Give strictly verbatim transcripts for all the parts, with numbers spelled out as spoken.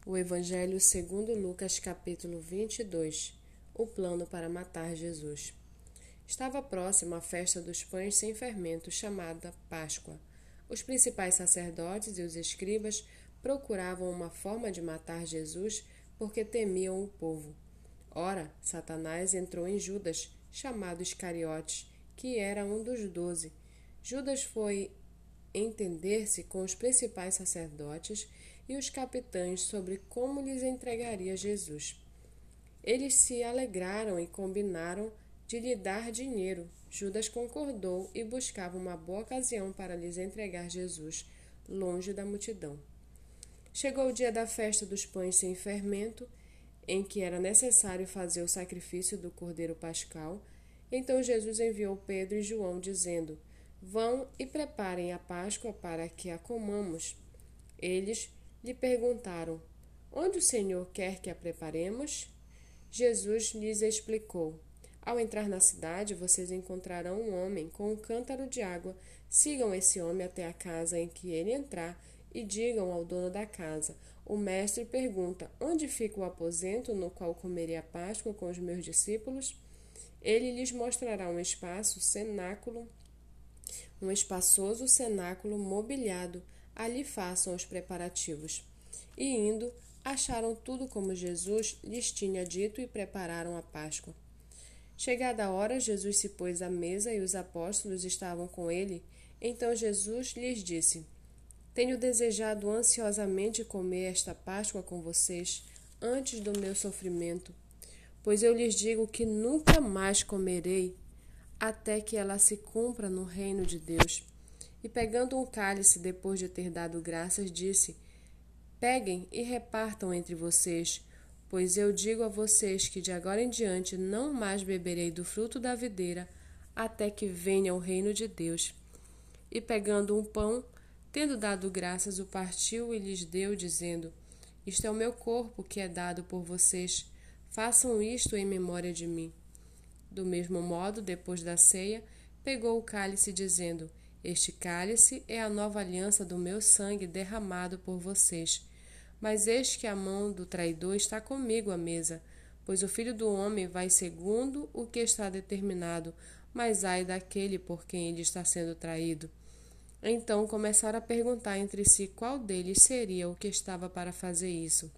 O Evangelho segundo Lucas, capítulo vinte e dois. O plano para matar Jesus. Estava próxima a festa dos pães sem fermento, chamada Páscoa. Os principais sacerdotes e os escribas procuravam uma forma de matar Jesus porque temiam o povo. Ora, Satanás entrou em Judas, chamado Iscariotes, que era um dos doze. Judas foi entender-se com os principais sacerdotes e os capitães sobre como lhes entregaria Jesus. Eles se alegraram e combinaram de lhe dar dinheiro. Judas concordou e buscava uma boa ocasião para lhes entregar Jesus, longe da multidão. Chegou o dia da festa dos pães sem fermento, em que era necessário fazer o sacrifício do cordeiro pascal. Então Jesus enviou Pedro e João, dizendo: Vão e preparem a Páscoa para que a comamos. Eles lhe perguntaram: Onde o Senhor quer que a preparemos? Jesus lhes explicou: Ao entrar na cidade, vocês encontrarão um homem com um cântaro de água. Sigam esse homem até a casa em que ele entrar e digam ao dono da casa: O mestre pergunta: Onde fica o aposento no qual comerei a Páscoa com os meus discípulos? Ele lhes mostrará um espaço, cenáculo, um espaçoso cenáculo mobiliado. Ali façam os preparativos. E indo, acharam tudo como Jesus lhes tinha dito e prepararam a Páscoa. Chegada a hora, Jesus se pôs à mesa e os apóstolos estavam com ele. Então Jesus lhes disse: Tenho desejado ansiosamente comer esta Páscoa com vocês antes do meu sofrimento, pois eu lhes digo que nunca mais comerei até que ela se cumpra no reino de Deus. E pegando um cálice, depois de ter dado graças, disse: Peguem e repartam entre vocês, pois eu digo a vocês que de agora em diante não mais beberei do fruto da videira, até que venha o reino de Deus. E pegando um pão, tendo dado graças, o partiu e lhes deu, dizendo: Isto é o meu corpo que é dado por vocês. Façam isto em memória de mim. Do mesmo modo, depois da ceia, pegou o cálice, dizendo: Este cálice é a nova aliança do meu sangue derramado por vocês. Mas eis que a mão do traidor está comigo à mesa, pois o Filho do Homem vai segundo o que está determinado, mas ai daquele por quem ele está sendo traído. Então começaram a perguntar entre si qual deles seria o que estava para fazer isso.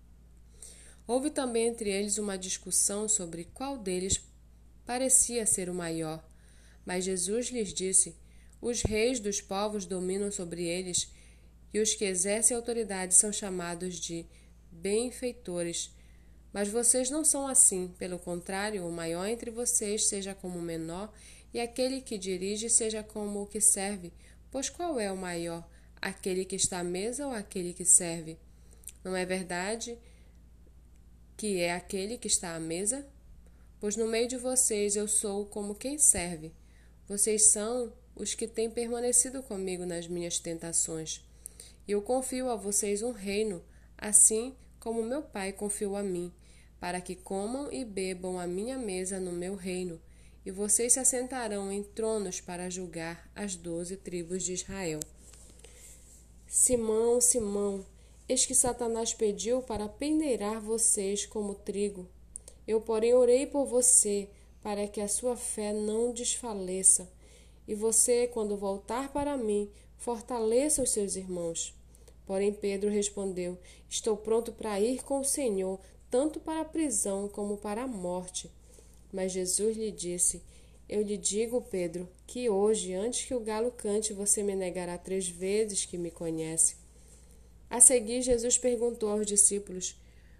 Houve também entre eles uma discussão sobre qual deles parecia ser o maior. Mas Jesus lhes disse: Os reis dos povos dominam sobre eles, e os que exercem autoridade são chamados de benfeitores. Mas vocês não são assim. Pelo contrário, o maior entre vocês seja como o menor, e aquele que dirige seja como o que serve. Pois qual é o maior, aquele que está à mesa ou aquele que serve? Não é verdade que é aquele que está à mesa? Pois no meio de vocês eu sou como quem serve. Vocês são os que têm permanecido comigo nas minhas tentações. E eu confio a vocês um reino, assim como meu Pai confiou a mim, para que comam e bebam à minha mesa no meu reino. E vocês se assentarão em tronos para julgar as doze tribos de Israel. Simão, Simão, eis que Satanás pediu para peneirar vocês como trigo. Eu, porém, orei por você, para que a sua fé não desfaleça. E você, quando voltar para mim, fortaleça os seus irmãos. Porém, Pedro respondeu: Estou pronto para ir com o Senhor, tanto para a prisão como para a morte. Mas Jesus lhe disse: Eu lhe digo, Pedro, que hoje, antes que o galo cante, você me negará três vezes que me conhece. A seguir, Jesus perguntou aos discípulos: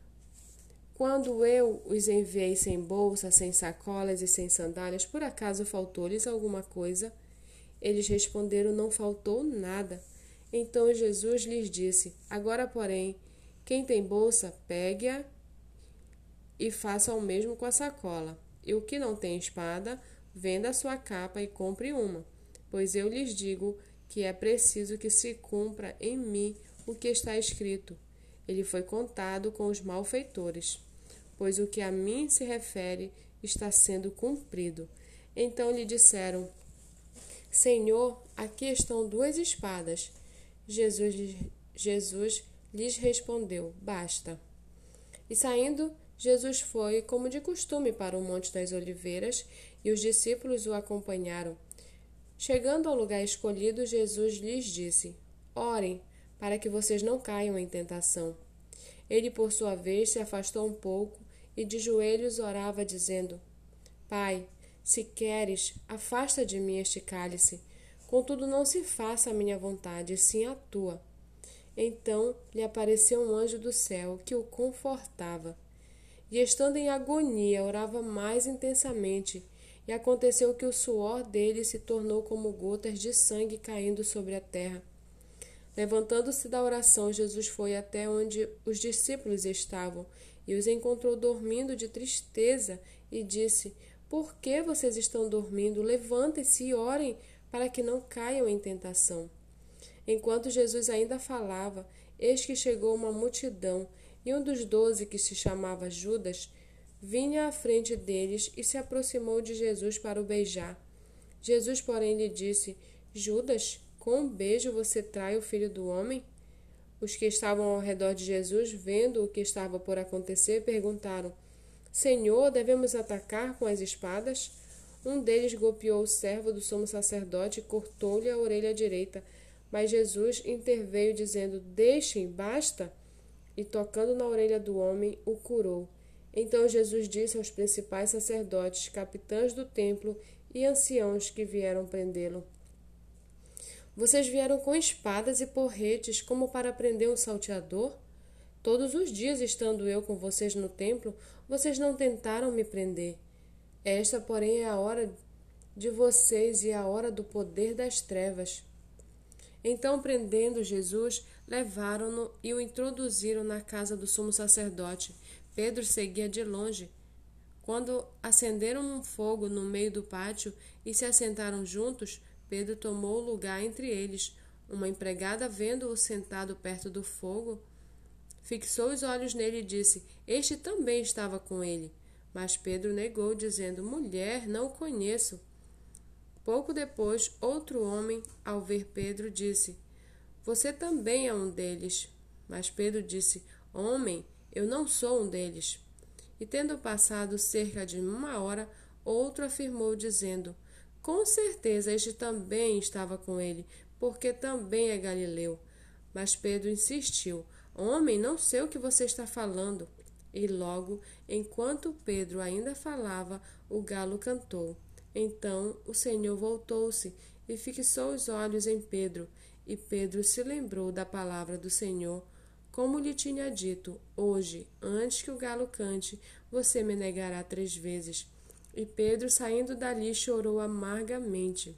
Quando eu os enviei sem bolsa, sem sacolas e sem sandálias, por acaso faltou-lhes alguma coisa? Eles responderam: Não faltou nada. Então Jesus lhes disse: Agora, porém, quem tem bolsa, pegue-a e faça o mesmo com a sacola. E o que não tem espada, venda a sua capa e compre uma. Pois eu lhes digo que é preciso que se cumpra em mim o que está escrito. Ele foi contado com os malfeitores. Pois o que a mim se refere está sendo cumprido. Então lhe disseram: Senhor, aqui estão duas espadas. Jesus, Jesus lhes respondeu: Basta. E saindo, Jesus foi, como de costume, para o Monte das Oliveiras, e os discípulos o acompanharam. Chegando ao lugar escolhido, Jesus lhes disse: Orem, para que vocês não caiam em tentação. Ele, por sua vez, se afastou um pouco e de joelhos orava, dizendo: Pai, se queres, afasta de mim este cálice. Contudo, não se faça a minha vontade, sim a tua. Então lhe apareceu um anjo do céu que o confortava. E estando em agonia, orava mais intensamente, e aconteceu que o suor dele se tornou como gotas de sangue caindo sobre a terra. Levantando-se da oração, Jesus foi até onde os discípulos estavam e os encontrou dormindo de tristeza e disse: Por que vocês estão dormindo? Levantem-se e orem para que não caiam em tentação. Enquanto Jesus ainda falava, eis que chegou uma multidão, e um dos doze, que se chamava Judas, vinha à frente deles e se aproximou de Jesus para o beijar. Jesus, porém, lhe disse: Judas, com um beijo você trai o Filho do Homem? Os que estavam ao redor de Jesus, vendo o que estava por acontecer, perguntaram: Senhor, devemos atacar com as espadas? Um deles golpeou o servo do sumo sacerdote e cortou-lhe a orelha direita. Mas Jesus interveio, dizendo: Deixem, basta! E tocando na orelha do homem, o curou. Então Jesus disse aos principais sacerdotes, capitães do templo e anciãos que vieram prendê-lo: Vocês vieram com espadas e porretes como para prender um salteador? Todos os dias, estando eu com vocês no templo, vocês não tentaram me prender. Esta, porém, é a hora de vocês e a hora do poder das trevas. Então, prendendo Jesus, levaram-no e o introduziram na casa do sumo sacerdote. Pedro seguia de longe. Quando acenderam um fogo no meio do pátio e se assentaram juntos, Pedro tomou lugar entre eles. Uma empregada, vendo-o sentado perto do fogo, fixou os olhos nele e disse: Este também estava com ele. Mas Pedro negou, dizendo: Mulher, não o conheço. Pouco depois, outro homem, ao ver Pedro, disse: Você também é um deles. Mas Pedro disse: Homem, eu não sou um deles. E tendo passado cerca de uma hora, outro afirmou, dizendo: Com certeza este também estava com ele, porque também é galileu. Mas Pedro insistiu: Homem, não sei o que você está falando. E logo, enquanto Pedro ainda falava, o galo cantou. Então o Senhor voltou-se e fixou os olhos em Pedro, e Pedro se lembrou da palavra do Senhor, como lhe tinha dito: Hoje, antes que o galo cante, você me negará três vezes. E Pedro, saindo dali, chorou amargamente.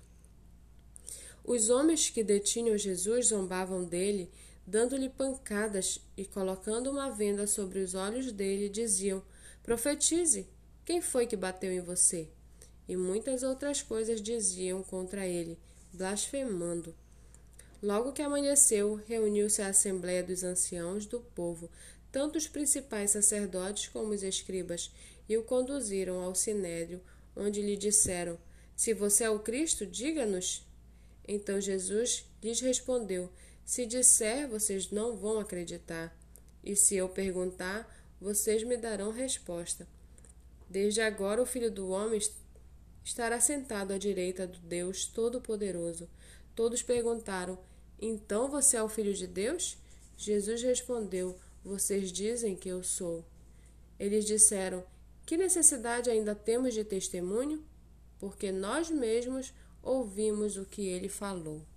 Os homens que detinham Jesus zombavam dele, dando-lhe pancadas e colocando uma venda sobre os olhos dele, diziam: Profetize, quem foi que bateu em você? E muitas outras coisas diziam contra ele, blasfemando. Logo que amanheceu, reuniu-se a assembléia dos anciãos do povo, tanto os principais sacerdotes como os escribas, e o conduziram ao sinédrio, onde lhe disseram: Se você é o Cristo, diga-nos. Então Jesus lhes respondeu: Se disser, vocês não vão acreditar, e se eu perguntar, vocês me darão resposta. Desde agora o Filho do Homem estará sentado à direita do Deus Todo-Poderoso. Todos perguntaram: Então você é o Filho de Deus? Jesus respondeu: Vocês dizem que eu sou. Eles disseram: Que necessidade ainda temos de testemunho? Porque nós mesmos ouvimos o que ele falou.